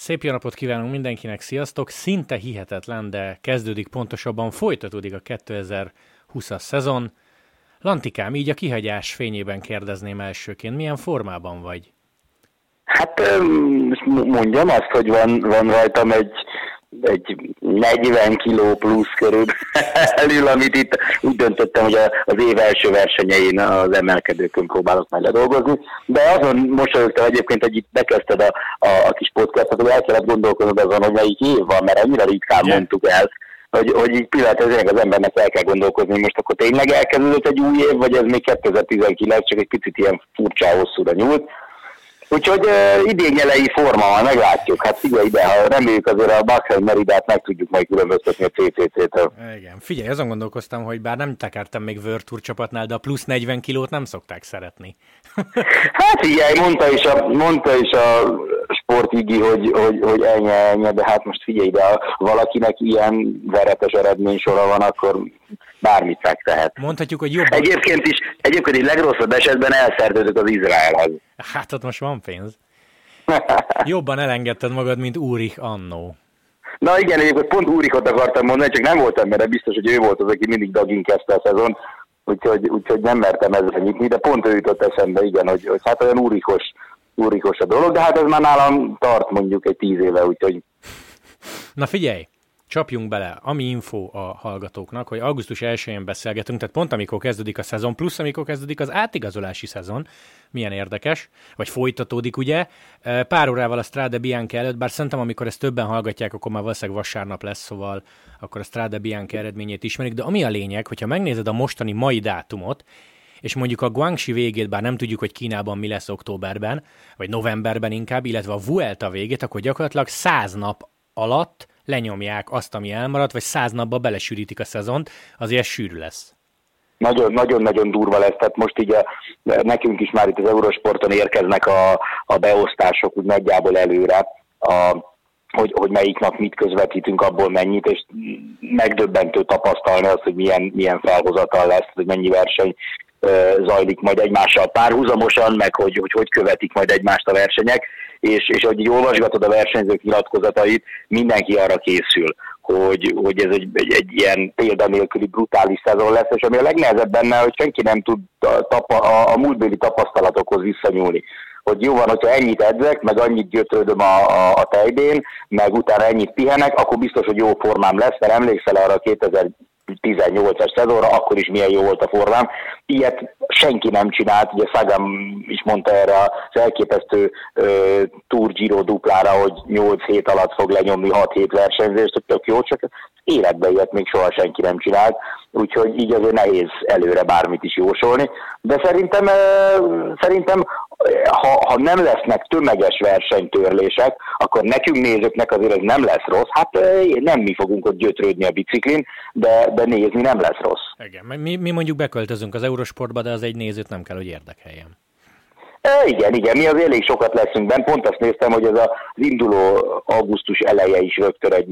Szép jó napot kívánunk mindenkinek, sziasztok! Szinte hihetetlen, de kezdődik, pontosabban folytatódik a 2020-as szezon. Lantikám, így a kihagyás fényében kérdezném elsőként, milyen formában vagy? Hát mondjam azt, hogy van rajtam egy 40 kiló plusz körülbelül, amit itt úgy döntöttem, hogy az év első versenyein az emelkedőkön próbálok majd ledolgozni, de azon mosolyogtam egyébként, hogy itt bekezdted a kis podcastot, hogy el kellett gondolkodnod azon, hogy melyik év van, mert annyira ritkán mondtuk el, hogy így pillanatban az embernek el kell gondolkozni, most akkor tényleg elkezdődött egy új év, vagy ez még 2019, csak egy picit ilyen furcsán hosszúra nyúlt. Úgyhogy idényelei forma van, meglátjuk. Hát figyelj ide, ha reméljük azért a Baxter Meridát meg tudjuk majd különböztetni a CCC-től. Igen, figyelj, azon gondolkoztam, hogy bár nem tekertem még World Tour csapatnál, de a plusz 40 kilót nem szokták szeretni. Hát figyelj, mondta is a sportigi, hogy ennyi, de hát most figyelj ide, ha valakinek ilyen veretes eredménysora van, akkor bármit megtehet. Mondhatjuk, hogy jobban... Egyébként is legrosszabb esetben elszerződött az Izraelhez. Hát ott most van pénz. Jobban elengedted magad, mint Úrich annó. Na igen, egyébként pont Úrichot akartam mondani, csak nem voltam benne biztos, hogy ő volt az, aki mindig dagin kezdte a szezon, úgyhogy nem mertem ezzel nyitni, de pont ő jutott eszembe, igen, hogy hát olyan úrichos a dolog, de hát ez már nálam tart mondjuk egy 10 éve, úgyhogy... Na figyelj! Csapjunk bele, ami info a hallgatóknak, hogy augusztus 1-én beszélgetünk, tehát pont amikor kezdődik a szezon, plusz amikor kezdődik az átigazolási szezon, milyen érdekes, vagy folytatódik ugye, pár órával a Strade Bianche előtt, bár szerintem amikor ezt többen hallgatják, akkor már valószínűleg vasárnap lesz, szóval akkor a Strade Bianche eredményét ismerik, de ami a lényeg, hogyha megnézed a mostani mai dátumot, és mondjuk a Guangxi végét, bár nem tudjuk, hogy Kínában mi lesz októberben, vagy novemberben inkább, illetve a Vuelta végét, akkor gyakorlatilag 100 nap alatt lenyomják azt, ami elmaradt, vagy 100 napba belesűrítik a szezont, azért sűrű lesz. Nagyon-nagyon durva lesz, tehát most így nekünk is már itt az Eurosporton érkeznek a beosztások úgy nagyjából előre, hogy melyik nap mit közvetítünk, abból mennyit, és megdöbbentő tapasztalni azt, hogy milyen felhozatal lesz, hogy mennyi verseny zajlik majd egymással párhuzamosan, meg hogy követik majd egymást a versenyek, és ahogy így olvasgatod a versenyzők nyilatkozatait, mindenki arra készül, hogy ez egy ilyen példanélküli brutális szezon lesz, és ami a legnehezebb benne, hogy senki nem tud a múltbéli tapasztalatokhoz visszanyúlni. Hogy jó van, hogyha ennyit edzek, meg annyit gyötrődöm a tejdén, meg utána ennyit pihenek, akkor biztos, hogy jó formám lesz, mert emlékszel arra a 2018-as szezonra, akkor is milyen jó volt a formám. Ilyet senki nem csinált, ugye Sagan is mondta erre az elképesztő Tour Giro duplára, hogy 8 hét alatt fog lenyomni 6 hét versenyzést, hogy tök jó, csak életben ilyet még soha senki nem csinált, úgyhogy így azért nehéz előre bármit is jósolni. De szerintem ha nem lesznek tömeges versenytörlések, akkor nekünk nézőknek azért ez nem lesz rossz. Hát nem mi fogunk ott gyötrődni a biciklin, de nézni nem lesz rossz. Igen, mi mondjuk beköltözünk az Eurosportba, de az egy nézőt nem kell, hogy érdekeljen. Igen, mi az elég sokat leszünk benne. Pont azt néztem, hogy ez az induló augusztus eleje is rögtön egy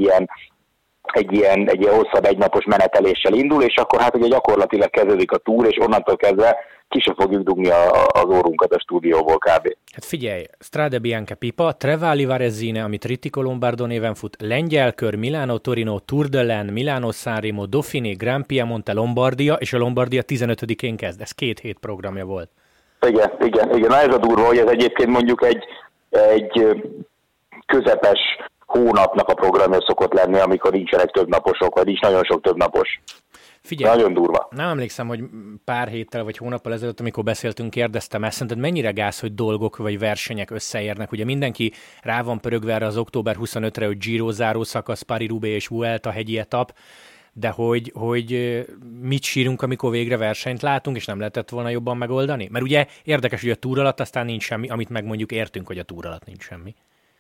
ilyen hosszabb egynapos meneteléssel indul, és akkor hát ugye gyakorlatilag kezdődik a túr, és onnantól kezdve ki sem fogjuk dugni az órunkat a stúdióból kb. Hát figyelj, Strade Bianche Pipa, Trevali Varezzine, amit Rittico Lombardo néven fut, Lengyelkör, Milano Torino, Tour de l'Ain, Milano Sanremo, Dauphiné, Grand Piemonte, Lombardia, és a Lombardia 15-én kezd. Ez 2 hét programja volt. Igen. Na ez a durva, hogy ez egyébként mondjuk egy közepes hónapnak a programja szokott lenni, amikor nincsenek többnaposok, vagy nincs nagyon sok többnapos. Figyelj, nagyon durva. Nem emlékszem, hogy pár héttel vagy hónappal ezelőtt, amikor beszéltünk, kérdeztem ezt, szerinted mennyire gáz, hogy dolgok vagy versenyek összeérnek? Ugye mindenki rá van pörögve erre az október 25-re, hogy Giro záró szakasz, Paris-Roubaix és Vuelta hegyi etap, de hogy mit sírunk, amikor végre versenyt látunk, és nem lehetett volna jobban megoldani? Mert ugye érdekes, hogy a túr alatt aztán nincs semmi, amit meg mondjuk értünk, hogy a túr alatt nincs semmi.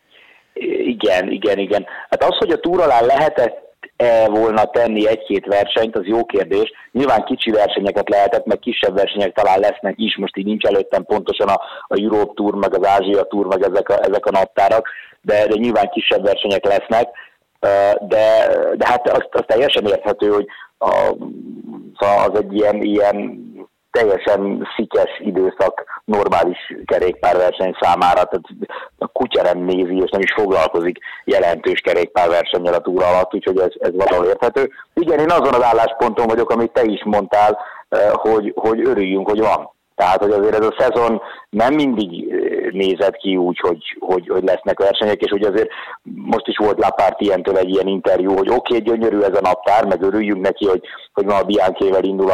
Igen. Hát az, hogy a túr alá lehetett volna tenni 1-2 versenyt, az jó kérdés. Nyilván kicsi versenyeket lehetett, meg kisebb versenyek talán lesznek is, most így nincs előttem pontosan a Europe Tour, meg az Ázsia Tour, meg ezek a naptárak, de nyilván kisebb versenyek lesznek, de hát az teljesen érthető, hogy az egy ilyen teljesen szikes időszak normális kerékpárverseny számára, tehát a kutya nem nézi, és nem is foglalkozik jelentős kerékpárversennyel a túra alatt, úgyhogy ez valahol érthető. Igen, én azon az állásponton vagyok, amit te is mondtál, hogy örüljünk, hogy van. Tehát, hogy azért ez a szezon nem mindig nézett ki úgy, hogy lesznek versenyek, és ugye azért most is volt Lapártientől egy ilyen interjú, hogy oké, gyönyörű ez a naptár, meg örüljünk neki, hogy ma a Bianchival indul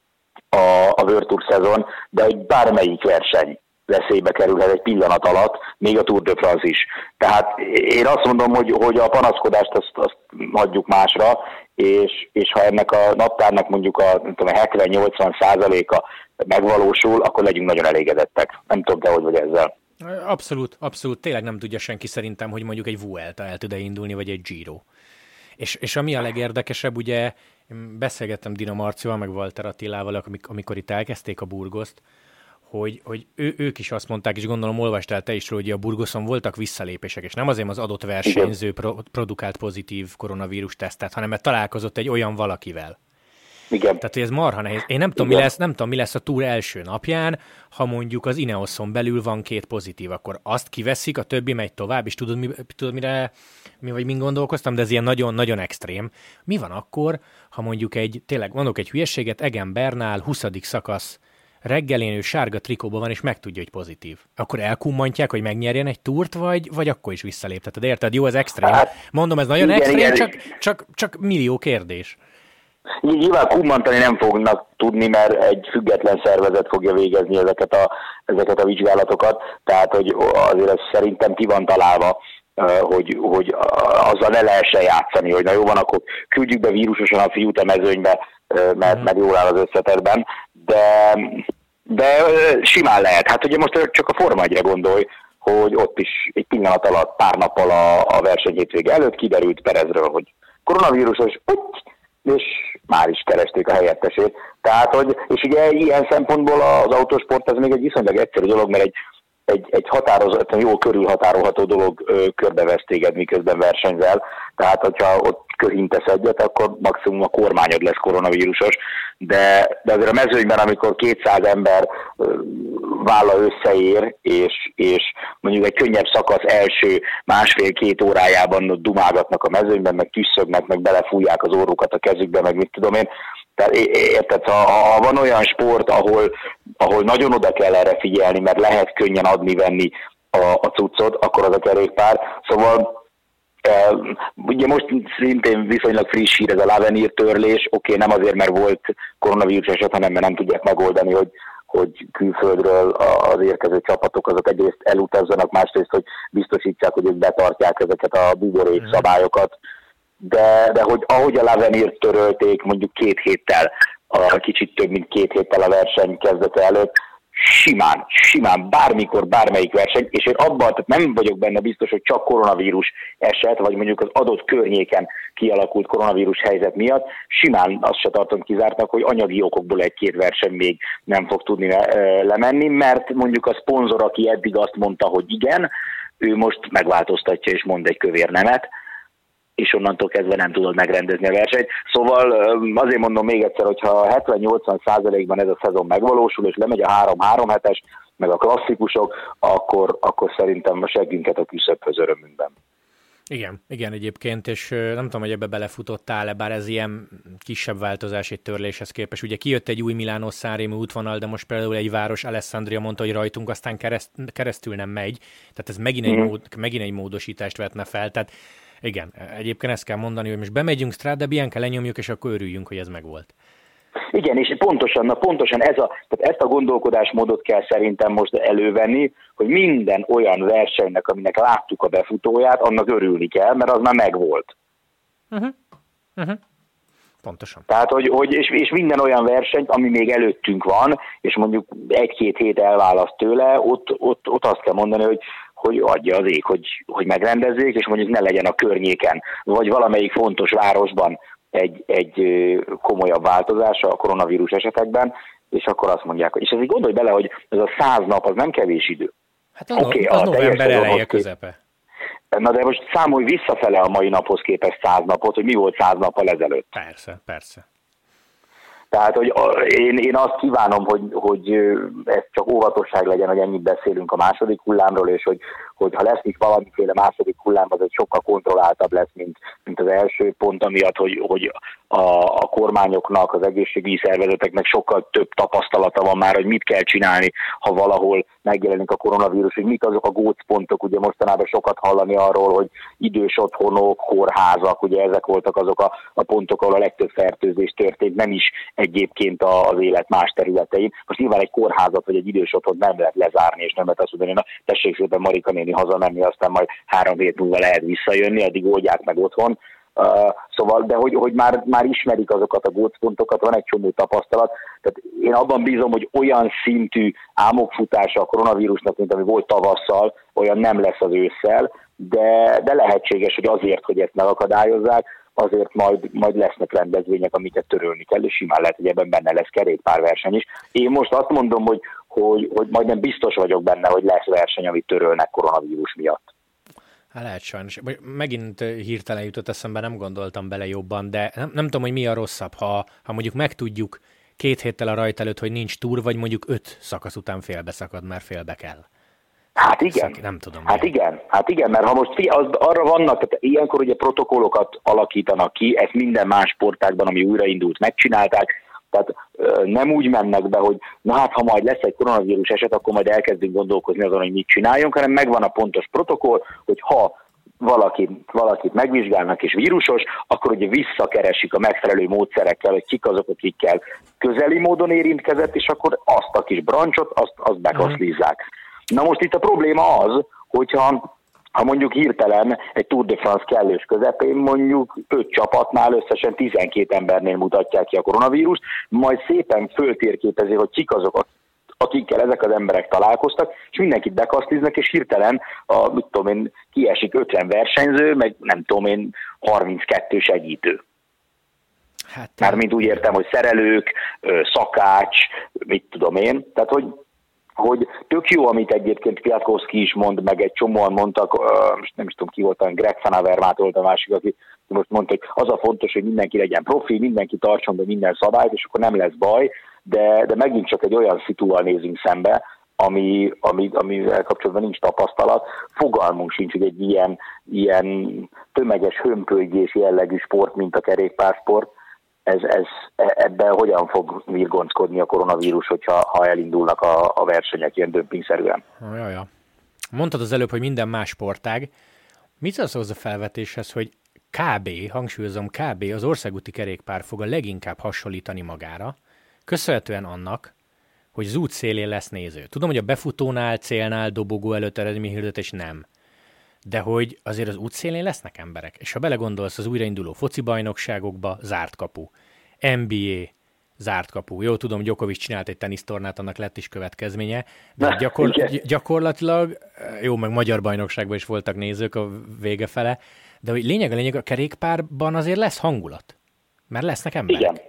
a World Tour szezon, de hogy bármelyik verseny veszélybe kerülhet egy pillanat alatt, még a Tour de France is. Tehát én azt mondom, hogy a panaszkodást azt hagyjuk másra, és ha ennek a naptárnak mondjuk a 70-80%-a megvalósul, akkor legyünk nagyon elégedettek. Nem tudom, te hogy vagy ezzel. Abszolút, abszolút. Tényleg nem tudja senki szerintem, hogy mondjuk egy Vuelta el tud indulni, vagy egy Giro. És ami a legérdekesebb, ugye beszélgettem Dino Marcival, meg Walter Attilával, amikor itt elkezdték a Burgoszt, hogy ők is azt mondták, és gondolom olvastál te is, hogy a Burgoszon voltak visszalépések, és nem azért az adott versenyző produkált pozitív koronavírus tesztet, hanem mert találkozott egy olyan valakivel. Igen. Tehát, hogy ez marha nehéz. Én nem tudom, mi lesz a túr első napján, ha mondjuk az Ineoson belül van 2 pozitív, akkor azt kiveszik, a többi megy tovább, és tudod min gondolkoztam, de ez ilyen nagyon-nagyon extrém. Mi van akkor, ha mondjuk tényleg mondok egy hülyeséget, Egan Bernal 20. szakasz reggelén ő sárga trikóban van, és megtudja, hogy pozitív. Akkor elkummantják, hogy megnyerjen egy túrt, vagy akkor is visszalépteted, érted? Jó, ez extrém. Mondom, ez nagyon extrém, csak millió kérdés. Nyilván kummantani nem fognak tudni, mert egy független szervezet fogja végezni ezeket a vizsgálatokat, tehát hogy azért ez szerintem ki van találva, hogy azzal ne lehessen játszani, hogy na jó van, akkor küldjük be vírusosan a fiút a mezőnybe, mert jól áll az összetetben, de simán lehet. Hát ugye most csak a Forma 1-re gondolj, hogy ott is egy pillanat alatt, pár nappal a verseny hétvége előtt kiderült Perezről, hogy koronavírusos, és már is keresték a helyettesét. Tehát, és ugye ilyen szempontból az autósport ez még egy viszonylag egyszerű dolog, mert egy határozottan jól körülhatárolható dolog körbevesz téged, miközben versenyzel. Tehát, hogyha ott körintesz egyet, akkor maximum a kormányod lesz koronavírusos. De azért a mezőnyben, amikor 200 ember válla összeér, és mondjuk egy könnyebb szakasz első 1,5-2 órájában dumálgatnak a mezőnyben, meg tüsszögnek, meg belefújják az orrukat a kezükbe, meg mit tudom én. Tehát érted, ha van olyan sport, ahol nagyon oda kell erre figyelni, mert lehet könnyen adni-venni a cuccot, akkor az a kerékpár. Szóval ugye most szintén viszonylag friss hír ez a Lavenir törlés, oké, nem azért, mert volt koronavírus eset, hanem mert nem tudják megoldani, hogy külföldről az érkező csapatok azok egyrészt elutazzanak, másrészt, hogy biztosítsák, hogy ők betartják ezeket a buborék szabályokat. De hogy ahogy a Lavenirt törölték mondjuk 2 héttel, kicsit több mint 2 héttel a verseny kezdete előtt, simán, bármikor, bármelyik verseny, és én abban tehát nem vagyok benne biztos, hogy csak koronavírus eset, vagy mondjuk az adott környéken kialakult koronavírus helyzet miatt, simán azt se tartom kizártnak, hogy anyagi okokból 1-2 verseny még nem fog tudni lemenni, mert mondjuk a szponzor, aki eddig azt mondta, hogy igen, ő most megváltoztatja és mond egy kövér nemet, és onnantól kezdve nem tudod megrendezni a versenyt. Szóval azért mondom még egyszer, hogyha 70-80%-ban ez a szezon megvalósul, és lemegy a 3-3 hetes, meg a klasszikusok, akkor szerintem a seggünket a küszöbhöz örömünkben. Igen egyébként, és nem tudom, hogy ebbe belefutottál-e, bár ez ilyen kisebb változás egy törléshez képest. Ugye kijött egy új Milánó-San Remo útvonal, de most például egy város, Alessandria mondta, hogy rajtunk aztán keresztül nem megy, tehát ez megint egy módosítást vetne fel, tehát igen, egyébként ezt kell mondani, hogy most bemegyünk Strade Bianca, lenyomjuk, és akkor örüljünk, hogy ez megvolt. Igen, és pontosan tehát ezt a gondolkodásmódot kell szerintem most elővenni, hogy minden olyan versenynek, aminek láttuk a befutóját, annak örülni kell, mert az már megvolt. Pontosan. Tehát, és minden olyan versenyt, ami még előttünk van, és mondjuk 1-2 hét elválaszt tőle, ott azt kell mondani, hogy adja az ég, hogy megrendezzék, és mondjuk ne legyen a környéken, vagy valamelyik fontos városban egy komolyabb változás a koronavírus esetekben, és akkor azt mondják, és ezért gondolj bele, hogy ez a 100 nap, az nem kevés idő. Hát az november eleje közepe. Na de most számolj visszafele a mai naphoz képest 100 napot, hogy mi volt 100 nappal ezelőtt. Persze. Tehát, hogy én azt kívánom, hogy ez csak óvatosság legyen, hogy ennyit beszélünk a második hullámról, és hogy ha lesz itt valamiféle második hullám, az egy sokkal kontrolláltabb lesz, mint az első, pont amiatt, hogy a kormányoknak, az egészségügyi szervezeteknek sokkal több tapasztalata van már, hogy mit kell csinálni, ha valahol megjelenik a koronavírus, hogy mik azok a gócpontok, ugye mostanában sokat hallani arról, hogy idős otthonok, kórházak, ugye ezek voltak azok a pontok, ahol a legtöbb fertőzés történt, nem is egyébként az élet más területein. Most nyilván egy kórházat vagy egy idős otthon nem lehet lezárni, és nem lehet azt mondani, na tessék szépen Marika néni hazamenni, aztán majd 3 hét múlva lehet visszajönni, addig oldják meg otthon. Szóval, de hogy már ismerik azokat a gócpontokat, van egy csomó tapasztalat. Tehát én abban bízom, hogy olyan szintű álmokfutása a koronavírusnak, mint ami volt tavasszal, olyan nem lesz az ősszel, de lehetséges, hogy azért, hogy ezt megakadályozzák, azért majd lesznek rendezvények, amiket törölni kell, és simán lehet, hogy ebben benne lesz kerékpárverseny is. Én most azt mondom, hogy majdnem biztos vagyok benne, hogy lesz verseny, amit törölnek koronavírus miatt. Hát lehet sajnos. Megint hirtelen jutott eszembe, nem gondoltam bele jobban, de nem tudom, hogy mi a rosszabb, ha mondjuk megtudjuk 2 héttel a rajt előtt, hogy nincs túr, vagy mondjuk 5 szakasz után félbeszakad, mert félbe kell. Hát igen. Nem tudom. Hát igen, mert ha most arra vannak, tehát ilyenkor ugye protokollokat alakítanak ki, ezt minden más sportágban, ami újraindult, megcsinálták, tehát nem úgy mennek be, hogy na hát, ha majd lesz egy koronavírus eset, akkor majd elkezdünk gondolkozni azon, hogy mit csináljunk, hanem megvan a pontos protokoll, hogy ha valakit megvizsgálnak és vírusos, akkor ugye visszakeresik a megfelelő módszerekkel, hogy kik azok, akikkel közeli módon érintkezett, és akkor azt a kis brancsot, azt bekaszlizzák. Na most itt a probléma az, hogyha mondjuk hirtelen egy Tour de France kellős közepén mondjuk 5 csapatnál összesen 12 embernél mutatják ki a koronavírust, majd szépen föltérképezi, hogy kik azok, akikkel ezek az emberek találkoztak, és mindenkit bekasztiznak, és hirtelen kiesik 50 versenyző, meg 32 segítő. Hát, mármint úgy értem, hogy szerelők, szakács, tehát hogy tök jó, amit egyébként Kwiatkowski is mond, meg egy csomóan mondtak, most nem is tudom ki volt, Greg Van Avermaet volt a másik, aki most mondta, hogy az a fontos, hogy mindenki legyen profi, mindenki tartson be minden szabályt, és akkor nem lesz baj, de megint csak egy olyan szitúval nézünk szembe, amivel kapcsolatban nincs tapasztalat. Fogalmunk sincs, hogy egy ilyen tömeges hömpölygés jellegű sport, mint a kerékpársport, ebben hogyan fog virgonckodni a koronavírus, ha elindulnak a versenyek ilyen dömpingszerűen. Jaja. Mondtad az előbb, hogy minden más sportág. Mit szólsz az a felvetéshez, hogy hangsúlyozom, az országúti kerékpár fog a leginkább hasonlítani magára, köszönhetően annak, hogy az út szélén lesz néző. Tudom, hogy a befutónál, célnál, dobogó előtt eredményhirdetés nem. De hogy azért az útszélén lesznek emberek. És ha belegondolsz az újrainduló foci bajnokságokba, zárt kapu. NBA, zárt kapu. Jó, tudom, Djokovic csinált egy tenisztornát, annak lett is következménye, de gyakorlatilag, jó, meg magyar bajnokságban is voltak nézők a vége fele, de hogy lényeg a kerékpárban azért lesz hangulat. Mert lesznek emberek.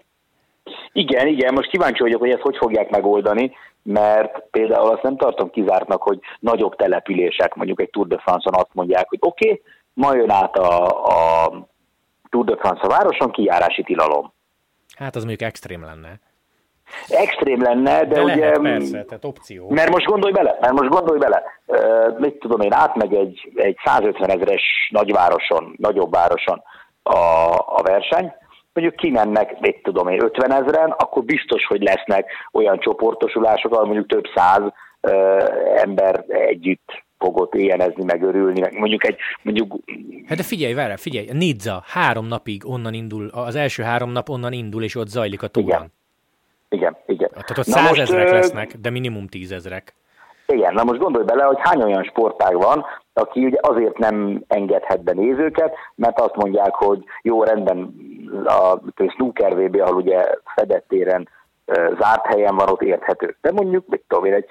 Igen, most kíváncsi vagyok, hogy ezt hogy fogják megoldani, mert például azt nem tartom kizártnak, hogy nagyobb települések, mondjuk egy Tour de France-on azt mondják, hogy oké, ma jön át a Tour de France a városon, kijárási tilalom. Hát az mondjuk extrém lenne. Extrém lenne, de ugye... Lehet, persze, tehát opció. Mert most gondolj bele, mit tudom én, átmegy egy 150 000-es nagyobb városon a verseny, mondjuk kimennek, 50 000-en, akkor biztos, hogy lesznek olyan csoportosulások, ahol mondjuk több 100 ember együtt fogott éjjelezni, meg örülni, meg mondjuk. Hát de figyelj, Nizza 3 napig onnan indul, az első 3 nap onnan indul, és ott zajlik a túron. Igen. Tehát ott 100 000 lesznek, de minimum 10 000. Igen, na most gondolj bele, hogy hány olyan sportág van, aki ugye azért nem engedhet be nézőket, mert azt mondják, hogy jó, rendben, a snooker VB, ahol ugye fedett téren zárt helyen van, ott érthető. De mondjuk, egy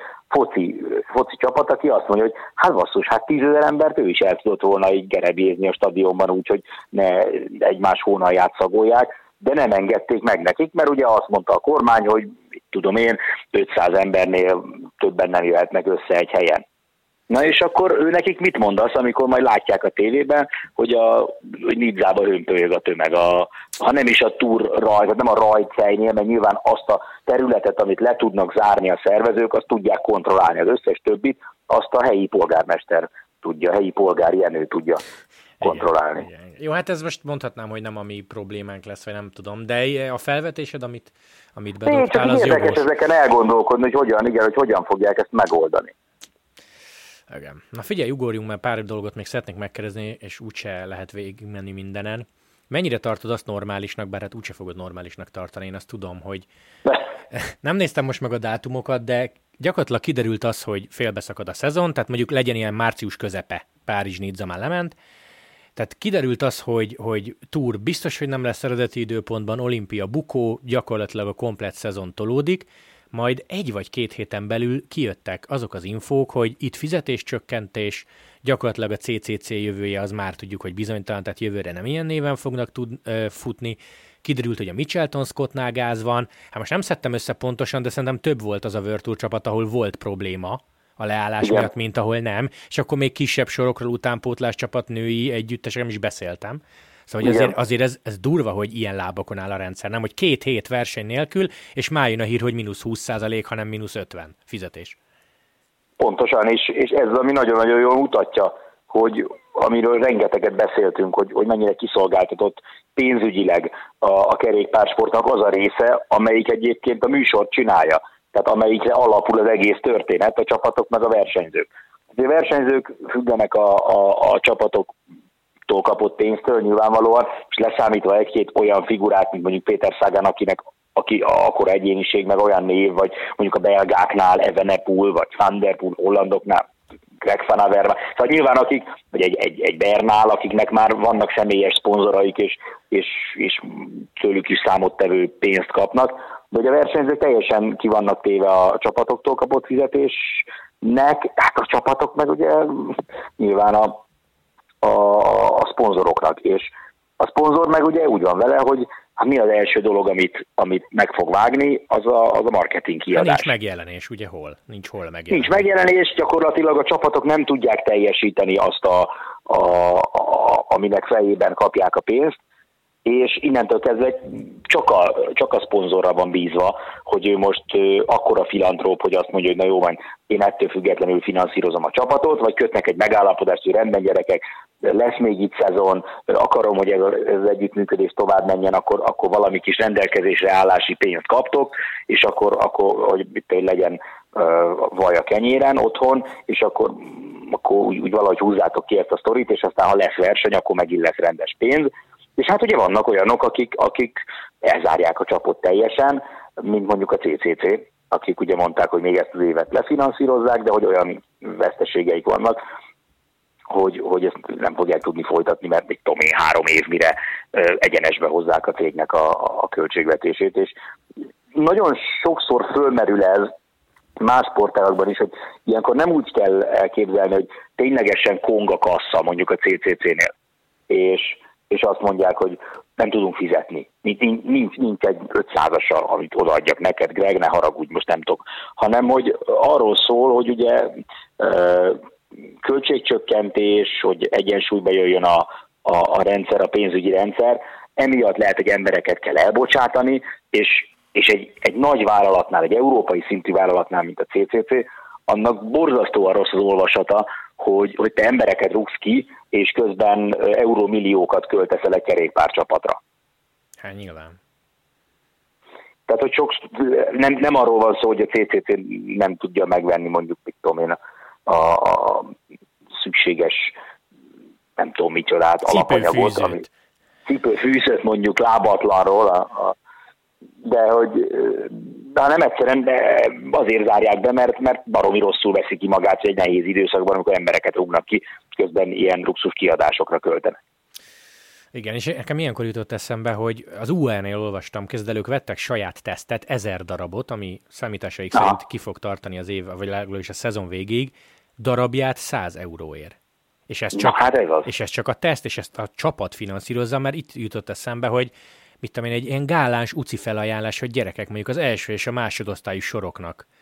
foci csapat, aki azt mondja, hogy hát basszus, 10 000 embert ő is el tudott volna így gerebézni a stadionban, úgyhogy ne egymás hónalját szagolják, de nem engedték meg nekik, mert ugye azt mondta a kormány, hogy 500 embernél többen nem jöhetnek össze egy helyen. Na és akkor ő nekik mit mondasz, amikor majd látják a tévében, hogy Nidzába hömpölyög a tömeg, ha nem is a túr rajt, nem a rajtszejnél, mert nyilván azt a területet, amit le tudnak zárni a szervezők, azt tudják kontrollálni, az összes többit, azt a helyi polgármester tudja, a helyi polgár Jenő tudja kontrollálni. Igen. Jó, hát ez most mondhatnám, hogy nem a mi problémánk lesz, vagy nem tudom, de a felvetésed, amit bedobtál, az érdekes jogos. Ezeken elgondolkodni, hogy hogyan fogják ezt megoldani. Igen. Na figyelj, ugorjunk, mert pár dolgot még szeretnék megkérdezni, és úgyse lehet végigmenni mindenen. Mennyire tartod azt normálisnak, bár hát úgyse fogod normálisnak tartani, én azt tudom, hogy nem néztem most meg a dátumokat, de gyakorlatilag kiderült az, hogy félbeszakad a szezon, tehát mondjuk legyen ilyen március közepe, Párizs-Nizza már lement, tehát kiderült az, hogy Tour biztos, hogy nem lesz eredeti időpontban, Olimpia bukó, gyakorlatilag a komplett szezon tolódik, majd 1 vagy 2 héten belül kijöttek azok az infók, hogy itt fizetéscsökkentés, gyakorlatilag a CCC jövője az már tudjuk, hogy bizonytalan, tehát jövőre nem ilyen néven fognak futni. Kiderült, hogy a Mitchelton Scottnál gáz van. Hát most nem szedtem össze pontosan, de szerintem több volt az a World Tour csapat, ahol volt probléma a leállás miatt, mint ahol nem. És akkor még kisebb sorokról utánpótlás csapat női együttesre is beszéltem. Szóval hogy azért ez durva, hogy ilyen lábakon áll a rendszer, nem? Hogy 2 hét verseny nélkül, és már jön a hír, hogy -20%, hanem -50 fizetés. Pontosan, és ez ami nagyon-nagyon jól mutatja, hogy amiről rengeteget beszéltünk, hogy mennyire kiszolgáltatott pénzügyileg a kerékpársportnak az a része, amelyik egyébként a műsort csinálja. Tehát amelyikre alapul az egész történet, a csapatok meg a versenyzők. A versenyzők függenek a csapatok kapott pénztől nyilvánvalóan, és leszámítva 1-2 olyan figurát, mint mondjuk Péter Sagan, aki akkora egyéniség, meg olyan név, vagy mondjuk a belgáknál Evenepoel, vagy Van der Poel, hollandoknál Greg Van Avermaet, szóval nyilván akik, vagy egy Bernál, akiknek már vannak személyes szponzoraik, és tőlük is számottevő pénzt kapnak, de hogy a versenyzők teljesen ki vannak téve a csapatoktól kapott fizetésnek, hát a csapatok meg ugye nyilván a szponzoroknak, és a szponzor meg ugye úgy van vele, hogy hát mi az első dolog, amit meg fog vágni, az a marketing kiadás. Nincs megjelenés, ugye hol? Nincs hol megjelenés. Nincs megjelenés, gyakorlatilag a csapatok nem tudják teljesíteni azt, aminek fejében kapják a pénzt, és innentől kezdve csak a szponzorra van bízva, hogy ő most akkora filantróp, hogy azt mondja, hogy na jó van, én ettől függetlenül finanszírozom a csapatot, vagy kötnek egy megállapodást, hogy rendben gyerekek, lesz még itt szezon, akarom, hogy ez az együttműködés tovább menjen, akkor valami kis rendelkezésre állási pénzt kaptok, és akkor hogy legyen vaj a kenyéren otthon, és akkor úgy valahogy húzzátok ki ezt a sztorit, és aztán ha lesz verseny, akkor megint lesz rendes pénz. És hát ugye vannak olyanok, akik elzárják a csapot teljesen, mint mondjuk a CCC, akik ugye mondták, hogy még ezt az évet lefinanszírozzák, de hogy olyan veszteségeik vannak, hogy ezt nem fogják tudni folytatni, mert még 3 év, mire egyenesbe hozzák a cégnek a költségvetését. És nagyon sokszor fölmerül ez más sportágakban is, hogy ilyenkor nem úgy kell elképzelni, hogy ténylegesen kong a kassa mondjuk a CCC-nél, és azt mondják, hogy nem tudunk fizetni. Nincs egy 500-asa, amit odaadjak neked, Greg, ne haragudj, most nem tudok. Hanem, hogy arról szól, hogy ugye költségcsökkentés, hogy egyensúlyba jöjjön a rendszer, a pénzügyi rendszer, emiatt lehet, hogy embereket kell elbocsátani, és egy nagy vállalatnál, egy európai szintű vállalatnál, mint a CCC, annak borzasztóan rossz az olvasata, hogy te embereket rúgsz ki, és közben eurómilliókat költesz el egy kerékpárcsapatra. Hát nyilván. Tehát, hogy nem arról van szó, hogy a CCC nem tudja megvenni mondjuk, mit tudom én, a szükséges, nem tudom micsodát, alapanyagot, cipőfűzőt mondjuk lábatlanról, de nem egyszerűen, de azért zárják be, mert baromi rosszul veszi ki magát egy nehéz időszakban, amikor embereket rúgnak ki, közben ilyen luxus kiadásokra költenek. Igen, és nekem ilyenkor jutott eszembe, hogy az UAE-nél olvastam, kezdelők vettek saját tesztet, 1000 darabot, ami számításaik szerint ki fog tartani az év, vagy legalábbis a szezon végéig, darabját 100 euróért. És ez csak a teszt, és ezt a csapat finanszírozza, mert itt jutott eszembe, hogy mit tudom én, egy ilyen gáláns uci felajánlás, hogy gyerekek mondjuk az első és a másodosztályú soroknak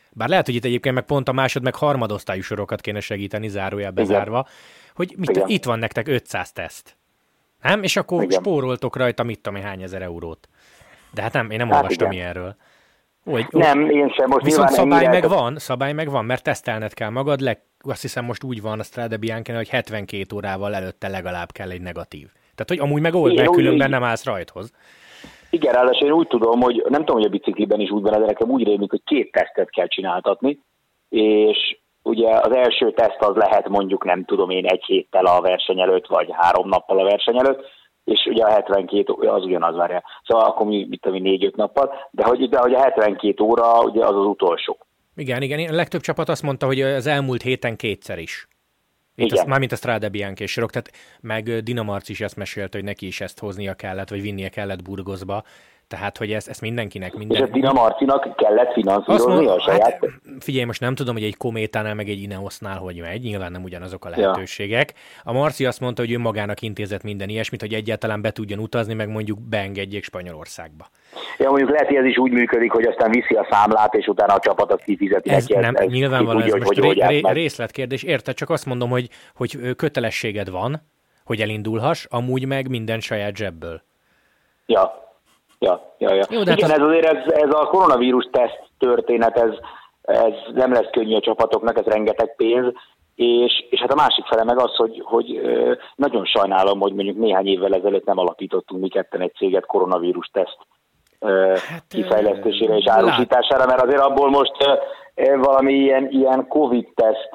Bár lehet, hogy itt egyébként meg pont a meg harmadosztályú sorokat kéne segíteni, zárójelbe zárva, hogy itt van nektek 500 teszt. Nem? És akkor spóroltok rajta, mit tudom én, hány ezer eurót. De hát nem, én nem olvastam ilyenről. Nem, én sem. Most viszont szabály megvan, mert tesztelned kell magad, azt hiszem most úgy van a Strade Bianchi, hogy 72 órával előtte legalább kell egy negatív. Tehát, hogy amúgy megold meg, különben nem állsz rajthoz. Igen, ráadásul én úgy tudom, hogy nem tudom, hogy a bicikliben is úgy van, de nekem úgy rémlik, hogy 2 tesztet kell csináltatni, és ugye az első teszt az lehet mondjuk, nem tudom én, 1 héttel a verseny előtt, vagy 3 nappal a verseny előtt, és ugye a 72 az ugyanaz várja. Szóval akkor mit tudom én, 4-5 nappal, de hogy a 72 óra ugye az utolsó. Igen. A legtöbb csapat azt mondta, hogy az elmúlt héten 2-szer is. Mármint a Strade Bianchi és sorok, tehát meg Dina Marci is ezt mesélte, hogy neki is ezt hoznia kellett, vagy vinnie kellett Burgoszba. Tehát, hogy ezt mindenkinek... És a Dina Marcinak kellett finanszírozni a saját... Hát, figyelj, most nem tudom, hogy egy Kométánál, meg egy Ineosnál hogy megy, nyilván nem ugyanazok a lehetőségek. A Marci azt mondta, hogy ő magának intézett minden ilyesmit, hogy egyáltalán be tudjon utazni, meg mondjuk beengedjék Spanyolországba. Ja, mondjuk lehet, hogy ez is úgy működik, hogy aztán viszi a számlát, és utána a csapat azt kifizeti neki. Nyilvánvalóan ez most részletkérdés. Érted? Csak azt mondom, hogy kötelességed van, hogy elindulhass, amúgy meg minden saját zsebből. Ja. Jó, de igen, ez a koronavírus teszt történet, ez nem lesz könnyű a csapatoknak, ez rengeteg pénz, és hát a másik fele meg az, hogy nagyon sajnálom, hogy mondjuk néhány évvel ezelőtt nem alapítottunk mi ketten egy céget koronavírus teszt kifejlesztésére és árusítására, mert azért abból most valami ilyen Covid-teszt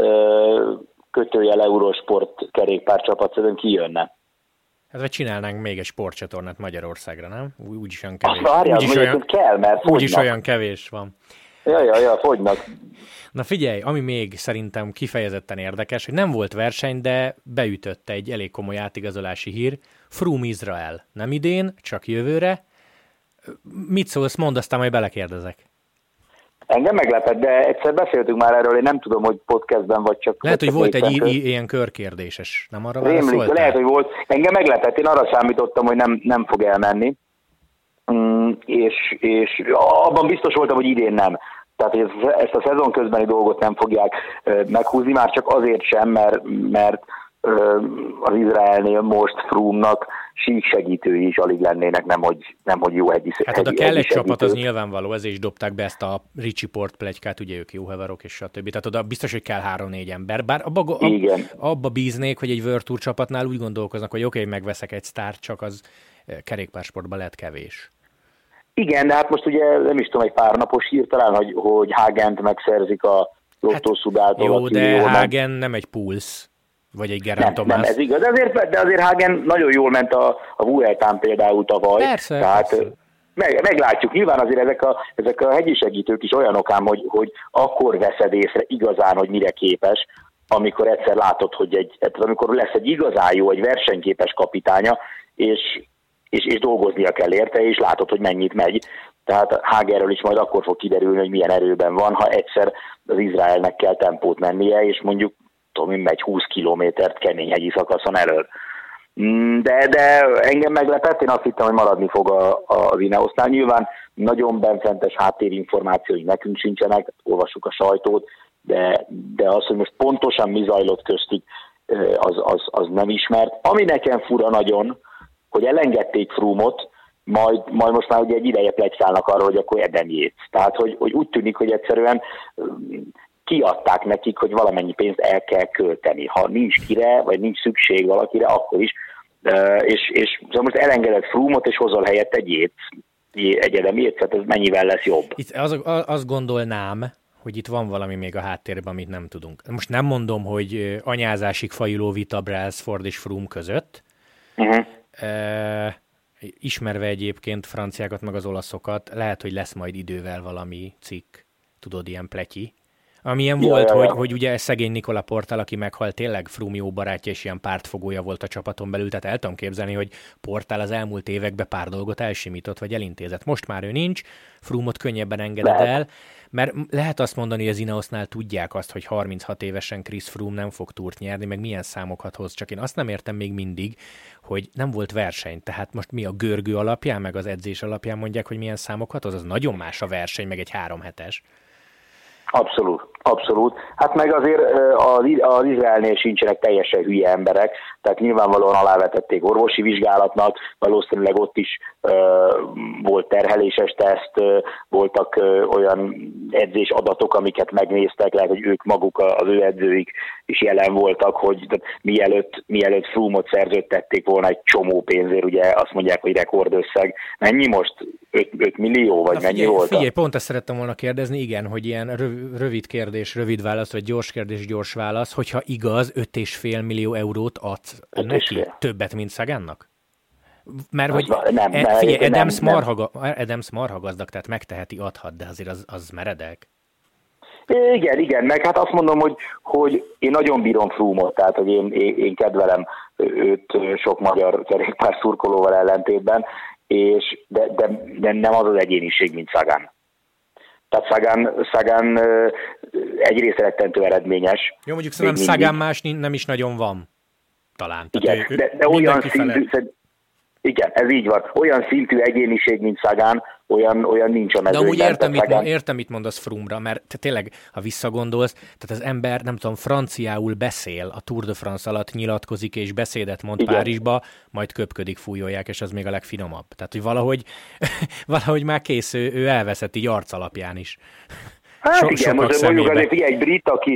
kötőjel Eurosport kerékpárcsapat szerintem kijönne. Hát vagy csinálnánk még egy sportcsatornát Magyarországra, nem? Úgyis olyan kevés. Úgyis olyan kevés van. Ja, fogynak. Na figyelj, ami még szerintem kifejezetten érdekes, hogy nem volt verseny, de beütötte egy elég komoly átigazolási hír. Froome Izrael. Nem idén, csak jövőre. Mit szólsz, mondd, aztán majd belekérdezek. Engem meglepett, de egyszer beszéltünk már erről, én nem tudom, hogy podcastben vagy csak... Lehet, hogy volt egy ilyen körkérdéses, nem arra válaszoltál? Lehet, hogy volt. Engem meglepett, én arra számítottam, hogy nem fog elmenni, és abban biztos voltam, hogy idén nem. Tehát ezt a szezon közbeni dolgot nem fogják meghúzni, már csak azért sem, mert az Izraelnél most Froome-nak síksegítői is alig lennének, nem hogy jó hegyi. Hát oda kell egy csapat, az nyilvánvaló, ezért is dobták be ezt a Richie Port pletykát, ugye ők jó haverok és stb. Tehát oda biztos, hogy kell 3-4 ember. Bár abba bíznék, hogy egy World Tour csapatnál úgy gondolkoznak, hogy oké, megveszek egy sztárt, csak az kerékpársportban lehet kevés. Igen, de hát most ugye nem is tudom, egy pár napos hír talán, hogy Hagent megszerzik a Lotto Sudától. Jó, de Hagen nem egy Puls. Vagy egy Geraint Thomas. Nem, ez igaz. De azért Hagen nagyon jól ment a Vueltán például tavaly. Persze. Tehát meglátjuk. Nyilván azért ezek a hegyi segítők is olyanok ám, hogy akkor veszed észre igazán, hogy mire képes, amikor egyszer látod, hogy amikor lesz egy igazán jó, egy versenyképes kapitánya, és dolgoznia kell érte, és látod, hogy mennyit megy. Tehát Hagerről is majd akkor fog kiderülni, hogy milyen erőben van, ha egyszer az Izraelnek kell tempót mennie, és mondjuk megy 20 kilométert kemény hegyi szakaszon elől. De engem meglepett, én azt hittem, hogy maradni fog az Ineosnál. Nyilván nagyon benfentes háttérinformációi nekünk sincsenek, olvassuk a sajtót, de az, hogy most pontosan mi zajlott köztük, az nem ismert. Ami nekem fura nagyon, hogy elengedték Froome-ot, majd most már ugye egy ideje pletykálnak arra, hogy akkor Adam Yates. Tehát, hogy úgy tűnik, hogy egyszerűen kiadták nekik, hogy valamennyi pénzt el kell költeni. Ha nincs kire, vagy nincs szükség valakire, akkor is. És szóval most elengedett Froome-ot, és hozol helyett egy Adam Yates, tehát ez mennyivel lesz jobb. Itt azt gondolnám, hogy itt van valami még a háttérben, amit nem tudunk. Most nem mondom, hogy anyázásig fajuló vita Brailsford és Froome között. Ismerve egyébként franciákat meg az olaszokat, lehet, hogy lesz majd idővel valami cikk, tudod, ilyen pletyi. Amilyen volt, hogy ugye szegény Nicola Portal, aki meghalt, tényleg Froome jó barátja és ilyen pártfogója volt a csapaton belül, tehát el tudom képzelni, hogy Portal az elmúlt években pár dolgot elsimított vagy elintézett. Most már ő nincs, Froome-ot könnyebben engeded el, mert lehet azt mondani, hogy az Ineosnál tudják azt, hogy 36 évesen Chris Froome nem fog túrt nyerni, meg milyen számokat hoz, csak én azt nem értem még mindig, hogy nem volt verseny, tehát most mi a görgő alapján, meg az edzés alapján mondják, hogy milyen számokat hoz, az nagyon más a verseny, meg egy 3 hetes. Abszolút. Hát meg azért az Izraelnél sincsenek teljesen hülye emberek, tehát nyilvánvalóan alávetették orvosi vizsgálatnak, valószínűleg ott is volt terheléses teszt, voltak olyan edzés adatok, amiket megnéztek, lehet, hogy ők maguk, az ő edzőik is jelen voltak, hogy mielőtt Froome-ot szerződtették volna egy csomó pénzért, ugye azt mondják, hogy rekordösszeg. Mennyi most? 5 millió, vagy mennyi volt? Figyelj, pont ezt szerettem volna kérdezni, igen, hogy ilyen rövid kérdés, rövid válasz, vagy gyors kérdés, gyors válasz, hogyha igaz, 5,5 millió eurót adsz neki, többet, mint Sagannak? Mert hogy figyelj, Adams marha gazdag, tehát megteheti, adhat, de azért az meredek. Igen, meg hát azt mondom, hogy én nagyon bírom Froome-ot, tehát hogy én kedvelem őt sok magyar kerékpár szurkolóval ellentétben, de nem az az egyéniség, mint Sagan. Tehát Sagan egyrészt rettentő eredményes. Jó, mondjuk szerintem Sagan más nem is nagyon van, talán. Igen, de olyan szintű, igen, ez így van. Olyan szintű egyéniség, mint Sagan, olyan nincs a mezőnyben. De amúgy értem, mit mondasz Froome-ra, mert te tényleg, ha visszagondolsz, tehát az ember, nem tudom, franciául beszél a Tour de France alatt, nyilatkozik és beszédet mond igen. Párizsba, majd köpködik, fújolják, és az még a legfinomabb. Tehát, hogy valahogy már kész, ő elveszett így arc alapján is. Hát igen, most mondjuk azért figyelj, egy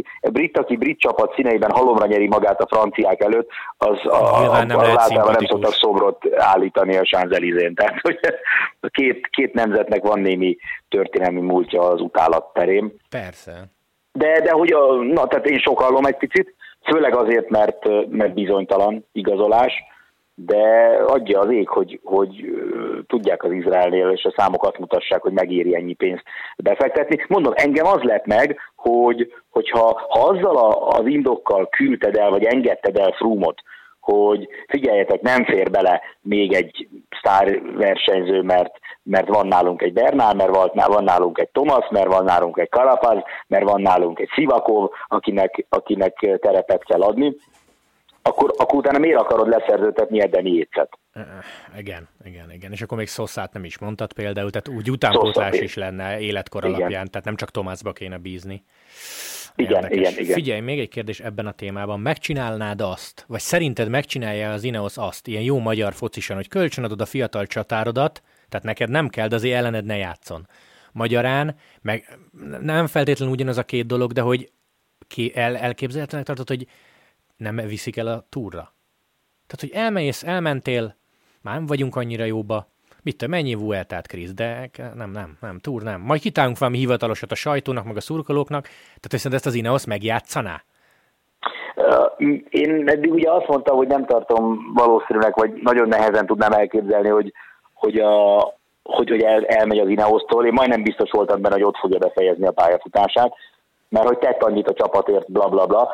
brit csapat színeiben halomra nyeri magát a franciák előtt, az általában nem szoktak szobrot állítani a Champs-Élysén. Tehát, hogy a két nemzetnek van némi történelmi múltja az utálat terén. Persze. De hogy tehát én sokallom egy picit, főleg azért, mert bizonytalan igazolás, de adja az ég, hogy tudják az Izraelnél, és a számok azt mutassák, hogy megéri ennyi pénzt befektetni. Mondom, engem az lett meg, hogyha azzal az indokkal küldted el, vagy engedted el Froome-ot, hogy figyeljetek, nem fér bele még egy sztárversenyző, mert van nálunk egy Bernal, mert van nálunk egy Thomas, mert van nálunk egy Carapaz, mert van nálunk egy Sivakov, akinek terepet kell adni, akkor utána miért akarod leszerződtetni Edeni Jécet? Igen. És akkor még Sossát nem is mondtad például, tehát úgy utánpótlás is lenne életkor alapján, tehát nem csak Thomasba kéne bízni. Igen. Figyelj, még egy kérdés ebben a témában. Megcsinálnád azt, vagy szerinted megcsinálja az Ineos azt, ilyen jó magyar focisan, hogy kölcsönadod a fiatal csatárodat, tehát neked nem kell, de azért ellened ne játszon. Magyarán, meg nem feltétlenül ugyanaz a két dolog, de hogy elképzelhetőnek tartod, hogy nem viszik el a túrra. Tehát, hogy elmentél, már nem vagyunk annyira jóba, mit tudom, mennyi Vueltát, Krisz, de nem, túr nem. Majd kitálunk valami hivatalosat a sajtónak, meg a szurkolóknak, tehát viszont ezt az Ineos megjátszaná? Én eddig ugye azt mondtam, hogy nem tartom valószínűleg, vagy nagyon nehezen tudnám elképzelni, hogy elmegy az Ineostól. Én majdnem biztos voltam benne, hogy ott fogja befejezni a pályafutását, mert hogy tett annyit a csapatért, blablabla.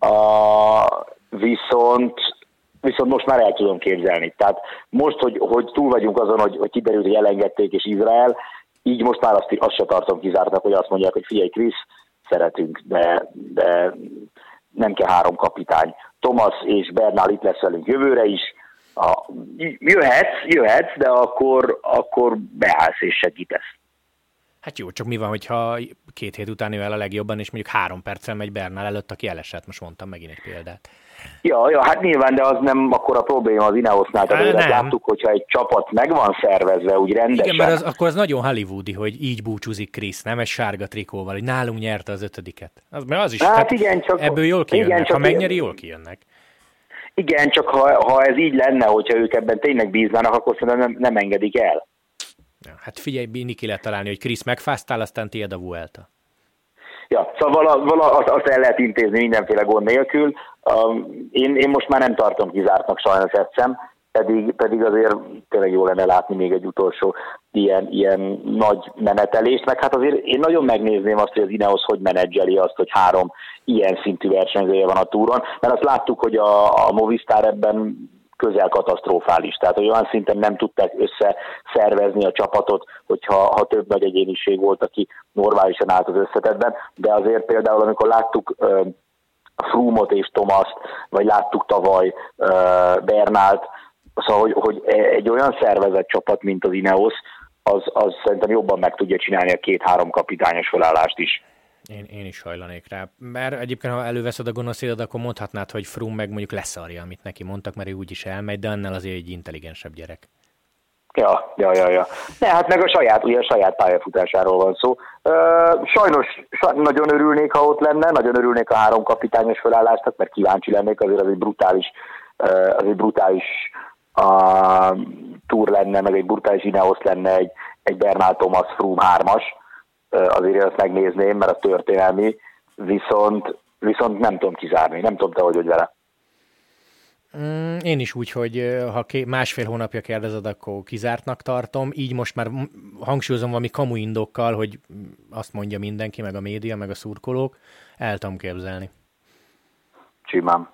Viszont most már el tudom képzelni. Tehát most, hogy túl vagyunk azon, hogy kiderült, hogy elengedték és Izrael, így most már azt se tartom kizártnak, hogy azt mondják, hogy figyelj Krisz, szeretünk, de nem kell 3 kapitány. Thomas és Bernal itt lesz velünk jövőre is. Jöhetsz, de akkor beállsz és segítesz. Hát jó, csak mi van, hogyha 2 hét után ő el a legjobban, és mondjuk 3 perccel megy Bernal előtt, aki elesett, most mondtam megint egy példát. Ja, hát nyilván, de az nem akkora probléma az Ineosnál, tehát láttuk, hogyha egy csapat meg van szervezve, úgy rendesen. Igen, mert akkor az nagyon hollywoodi, hogy így búcsúzik Krisz, nem egy sárga trikóval, hogy nálunk nyerte az 5-et. Az is, hát igen, csak ebből jól kijönnek, igen, ha megnyeri, jól kijönnek. Igen, csak ha ez így lenne, hogyha ők ebben tényleg bíznának, akkor szerintem nem engedik el. Ja, hát figyelj, mindig ki lehet találni, hogy Krisz megfáztál, aztán tiéd a Vuelta. Ja, szóval azt el lehet intézni mindenféle gond nélkül. Én most már nem tartom kizártnak, sajnos ezt sem, pedig azért tényleg jó lenne látni még egy utolsó ilyen nagy menetelést, meg hát azért én nagyon megnézném azt, hogy az Ineos hogy menedzseli azt, hogy 3 ilyen szintű versenyzője van a túron, mert azt láttuk, hogy a Movistar ebben közel katasztrofális, tehát hogy olyan szinten nem tudták összeszervezni a csapatot, hogyha több nagy egyéniség volt, aki normálisan állt az összetetben, de azért például amikor láttuk Froome-ot és Thomast, vagy láttuk tavaly Bernalt, szóval hogy egy olyan szervezett csapat, mint az Ineos, az szerintem jobban meg tudja csinálni a 2-3 kapitányos felállást is. Én is hajlanék rá. Mert egyébként, ha előveszed a gonoszédet, akkor mondhatnád, hogy Froome meg mondjuk leszarja, amit neki mondtak, mert ő úgyis elmegy, de annál azért egy intelligensebb gyerek. Ja. Ne, hát meg a saját pályafutásáról van szó. Sajnos nagyon örülnék, ha ott lenne, nagyon örülnék a 3 kapitányos felállásnak, mert kíváncsi lennék, azért az egy brutális túr lenne, meg egy brutális Ineos lenne egy Bernal Thomas Froome 3-as. Azért azt megnézném, mert az történelmi, viszont nem tudom kizárni, nem tudom te, hogy vele. Én is úgy, hogy ha másfél hónapja kérdezed, akkor kizártnak tartom. Így most már hangsúlyozom valami kamu indokkal, hogy azt mondja mindenki, meg a média, meg a szurkolók. El tudom képzelni. Simán.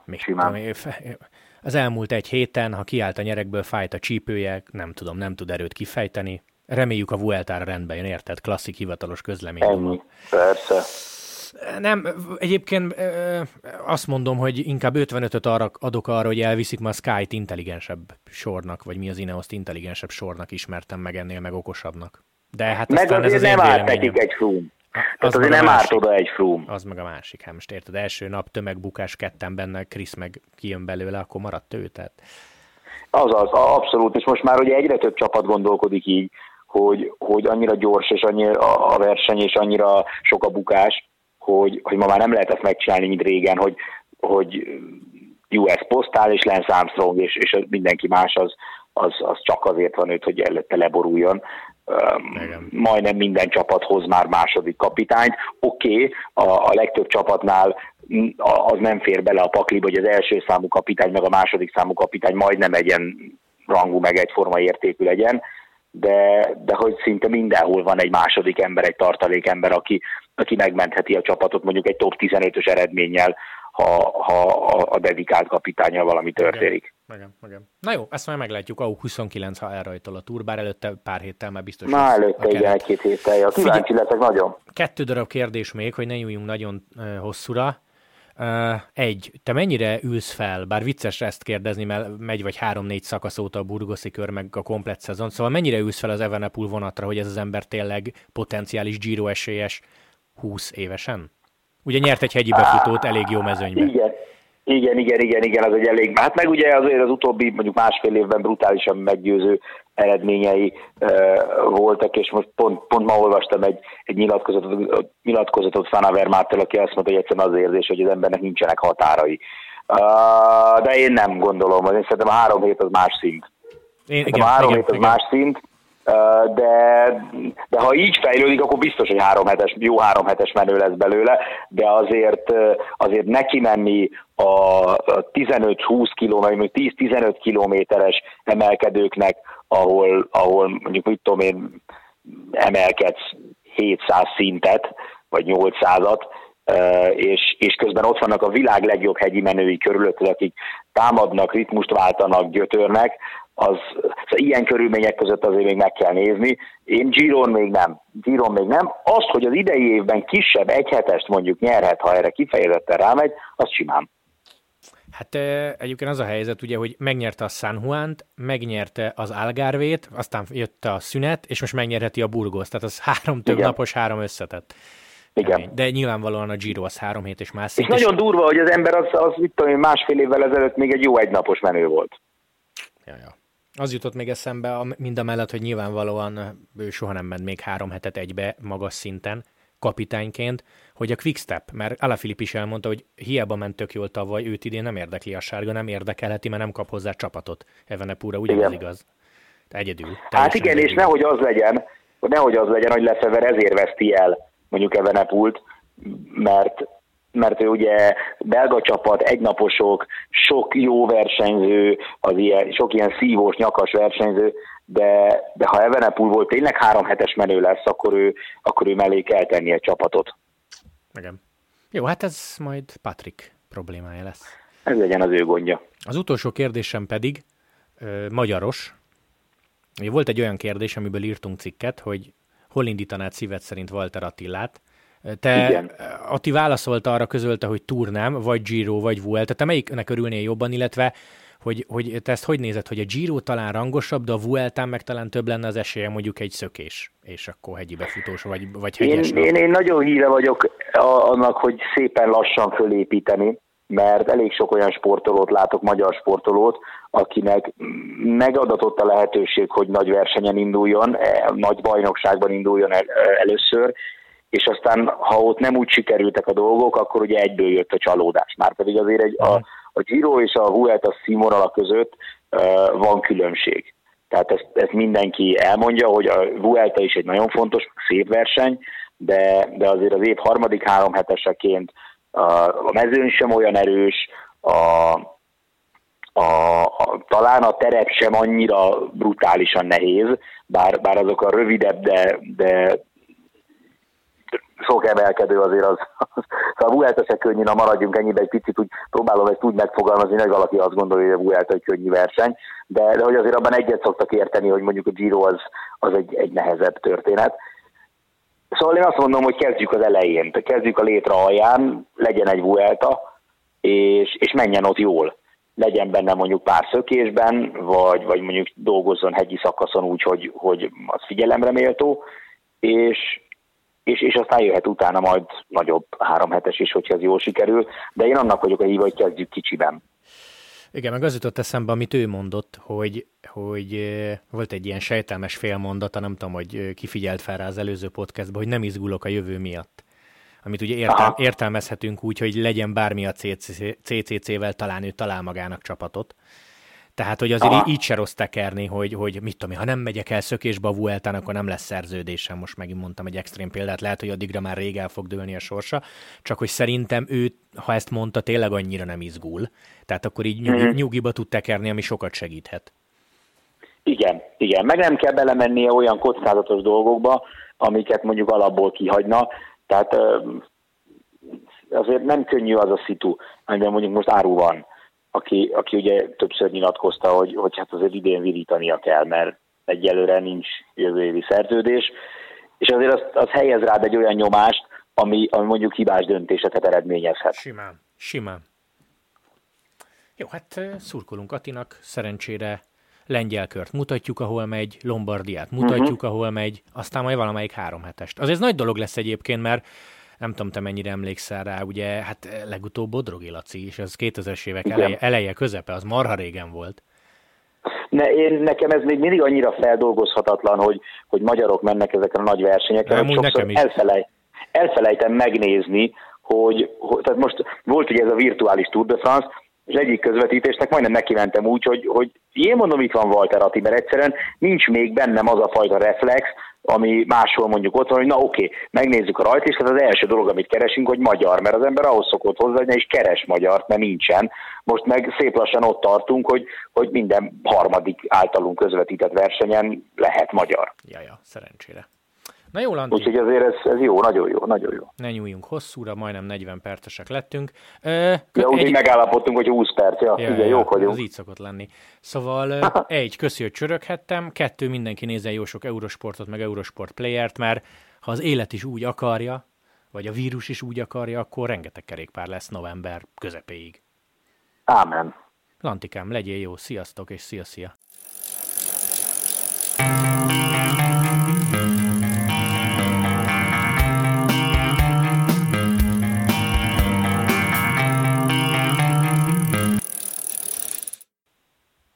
Az elmúlt egy héten, ha kiállt a nyerekből, fájt a csípője, nem tud erőt kifejteni. Reméljük a Vueltára rendbe jön, érted? Klasszik hivatalos közlemény. Ennyi, persze. Nem, egyébként azt mondom, hogy inkább 55-öt adok arra, hogy elviszik, ma a Sky-t intelligensebb sornak, vagy mi az Ineos-t intelligensebb sornak ismertem meg ennél, meg okosabbnak. De hát meg azért nem árt nekik egy Froome. Tehát azért nem árt oda egy Froome. Az meg a másik. Hát most érted, első nap tömegbukás, ketten benne, Krisz meg kijön belőle, akkor maradt ő, tehát... Azaz, abszolút, és most már ugye egyre több csapat gondolkodik így, hogy annyira gyors, és annyira a verseny, és annyira sok a bukás, hogy ma már nem lehet ezt megcsinálni, mint régen, hogy US Postál és Lance Armstrong, és mindenki más az csak azért van őt, hogy előtte leboruljon. Majdnem minden csapat hoz már második kapitányt. Oké, a legtöbb csapatnál az nem fér bele a pakliba, hogy az első számú kapitány meg a második számú kapitány majdnem egyen rangú meg egyforma értékű legyen, de hogy szinte mindenhol van egy második ember, egy tartalékember, aki megmentheti a csapatot mondjuk egy top 15-ös eredménnyel, ha a dedikált kapitánnyal valami történik. Igen. Na jó, ezt már meglátjuk, AU 29, ha elrajtol a túr, bár előtte pár héttel már biztos. Előtte igen, 1-2 héttel. Kíváncsi leszek nagyon. 2 darab kérdés még, hogy ne nyúljunk nagyon hosszúra. Te mennyire ülsz fel, bár vicces ezt kérdezni, mert megy vagy 3-4 szakasz óta a burgoszi kör, meg a komplett szezon, szóval mennyire ülsz fel az Evenepoel vonatra, hogy ez az ember tényleg potenciális Giro esélyes 20 évesen? Ugye nyert egy hegyi befutót elég jó mezőnyben. Igen, az egy elég. Hát meg ugye azért az utóbbi mondjuk másfél évben brutálisan meggyőző eredményei voltak, és most pont ma olvastam egy nyilatkozatot Van Avermaettől, aki azt mondta, hogy egyszerűen az érzés, hogy az embernek nincsenek határai. De én nem gondolom, én szerintem a 3 hét az más szint. A 3 hét az más szint, de ha így fejlődik, akkor biztos, hogy jó 3 hetes menő lesz belőle, de azért neki menni a 15-20 km, 10-15 kilométeres emelkedőknek, ahol mondjuk mit tudom én, emelkedsz 700 szintet, vagy 800-at, és közben ott vannak a világ legjobb hegyi menői körülötted, akik támadnak, ritmust váltanak, gyötörnek, szóval ilyen körülmények között azért még meg kell nézni. Én Giron még nem. Azt, hogy az idei évben kisebb egyhetest mondjuk nyerhet, ha erre kifejezetten rámegy, az simán. Hát egyébként az a helyzet, ugye, hogy megnyerte a San Juant, megnyerte az Algarvét, aztán jött a szünet, és most megnyerheti a Burgos, tehát az 3 több napos, 3 összetett. Igen. De nyilvánvalóan a Giro az 3 hét és más szint. És nagyon durva, hogy az ember az mit tudom én, másfél évvel ezelőtt még egy jó egynapos menő volt. Ja. Az jutott még eszembe, mindamellett, hogy nyilvánvalóan ő soha nem ment még 3 hetet egybe magas szinten, kapitányként, hogy a Quickstep, mert Alaphilippe is elmondta, hogy hiába ment tök jól tavaly, őt idén nem érdekli a sárga, nem érdekelheti, mert nem kap hozzá csapatot. Evenepoelra ugyanez igaz. Egyedül. Hát igen, egyedül. És nehogy az legyen, hogy Lefevere ezért veszti el mondjuk Evenepoelt, mert ő ugye belga csapat, egynaposok, sok jó versenyző, sok ilyen szívós, nyakas versenyző, de ha Evenepoel volt tényleg 3 hetes menő lesz, akkor ő mellé kell tenni egy csapatot. Igen. Jó, hát ez majd Patrick problémája lesz. Ez legyen az ő gondja. Az utolsó kérdésem pedig magyaros. Volt egy olyan kérdés, amiből írtunk cikket, hogy hol indítanád szíved szerint Walter Attilát. Igen. Atti válaszolta arra, közölte, hogy Tour nem, vagy Giro, vagy Vuelta. Te melyiknek örülnél jobban, illetve hogy te ezt hogy nézed, hogy a Giro talán rangosabb, de a Vueltán meg talán több lenne az esélye mondjuk egy szökés, és akkor hegyi befutós, vagy hegyes. Én nagyon híve vagyok annak, hogy szépen lassan fölépíteni, mert elég sok olyan sportolót látok, magyar sportolót, akinek megadatott a lehetőség, hogy nagy versenyen induljon, nagy bajnokságban induljon először, és aztán, ha ott nem úgy sikerültek a dolgok, akkor ugye egyből jött a csalódás. Márpedig azért a Giro és a Vuelta színvonala között van különbség. Tehát ezt mindenki elmondja, hogy a Vuelta is egy nagyon fontos, szép verseny, de azért az év harmadik 3 heteseként a mezőn sem olyan erős, talán a terep sem annyira brutálisan nehéz, bár azok a rövidebb, de sok emelkedő azért az. A Vuelta se könnyű, na maradjunk ennyibe egy picit, úgy próbálom ezt úgy megfogalmazni, hogy valaki azt gondolja, hogy a Vuelta egy könnyű verseny, de hogy azért abban egyet szoktak érteni, hogy mondjuk a Giro az egy nehezebb történet. Szóval én azt mondom, hogy kezdjük az elején, kezdjük a létre alján, legyen egy Vuelta, és menjen ott jól. Legyen benne mondjuk pár szökésben, vagy mondjuk dolgozzon hegyi szakaszon úgy, hogy az figyelemre méltó, és aztán jöhet utána majd nagyobb 3 hetes is, hogyha ez jól sikerül, de én annak vagyok a híva, hogy kezdjük kicsiben. Igen, meg az jutott eszembe, amit ő mondott, hogy volt egy ilyen sejtelmes félmondata, nem tudom, hogy kifigyelt fel rá az előző podcastban, hogy nem izgulok a jövő miatt. Amit ugye értelmezhetünk úgy, hogy legyen bármi a CCC-vel, talán ő talál magának csapatot. Tehát, hogy azért így se rossz tekerni, hogy mit tudom, ha nem megyek el szökésbe a Vueltán, akkor nem lesz szerződésem. Most megint mondtam egy extrém példát, lehet, hogy addigra már rég el fog dőlni a sorsa, csak hogy szerintem ő, ha ezt mondta, tényleg annyira nem izgul. Tehát akkor így nyugiba tud tekerni, ami sokat segíthet. Igen. Meg nem kell belemennie olyan kockázatos dolgokba, amiket mondjuk alapból kihagyna. Tehát azért nem könnyű az a szitu, amiben mondjuk most Áru van, aki ugye többször nyilatkozta, hogy hát azért idén virítania kell, mert egyelőre nincs jövő évi szerződés, és azért az helyez rád egy olyan nyomást, ami mondjuk hibás döntéseket eredményezhet. Simán. Jó, hát szurkolunk Atinak, szerencsére Lengyelkört mutatjuk, ahol megy, Lombardiát mutatjuk, ahol megy, aztán majd valamelyik 3 hetest. Az ez nagy dolog lesz egyébként, mert nem tudom, te mennyire emlékszel rá, ugye, hát legutóbb Bodrogi Laci, és az 2000-es évek eleje, közepe, az marha régen volt. Nekem ez még mindig annyira feldolgozhatatlan, hogy magyarok mennek ezekre a nagy versenyekre, hogy sokszor elfelejtem megnézni, tehát most volt ugye ez a virtuális Tour de France, és egyik közvetítésnek majdnem nekimentem úgy, hogy én mondom, itt van Walter Atti, mert egyszerűen nincs még bennem az a fajta reflex, ami máshol mondjuk ott van, hogy na oké, megnézzük a rajtlistát, az első dolog, amit keresünk, hogy magyar, mert az ember ahhoz szokott hozzá, és keres magyart, mert nincsen. Most meg szép lassan ott tartunk, hogy minden harmadik általunk közvetített versenyen lehet magyar. Ja, szerencsére. Na jó, Lanti. Úgyhogy azért ez jó, nagyon jó. Ne nyúljunk hosszúra, majdnem 40 percesek lettünk. Úgy megállapodtunk, hogy 20 perc, igen, jók vagyunk. Ez így szokott lenni. Szóval köszi, hogy csöröghettem, 2, mindenki nézzen jó sok Eurosportot, meg Eurosport Playert, mert ha az élet is úgy akarja, vagy a vírus is úgy akarja, akkor rengeteg kerékpár lesz november közepéig. Ámen. Lantikám, legyél jó, sziasztok, és szia!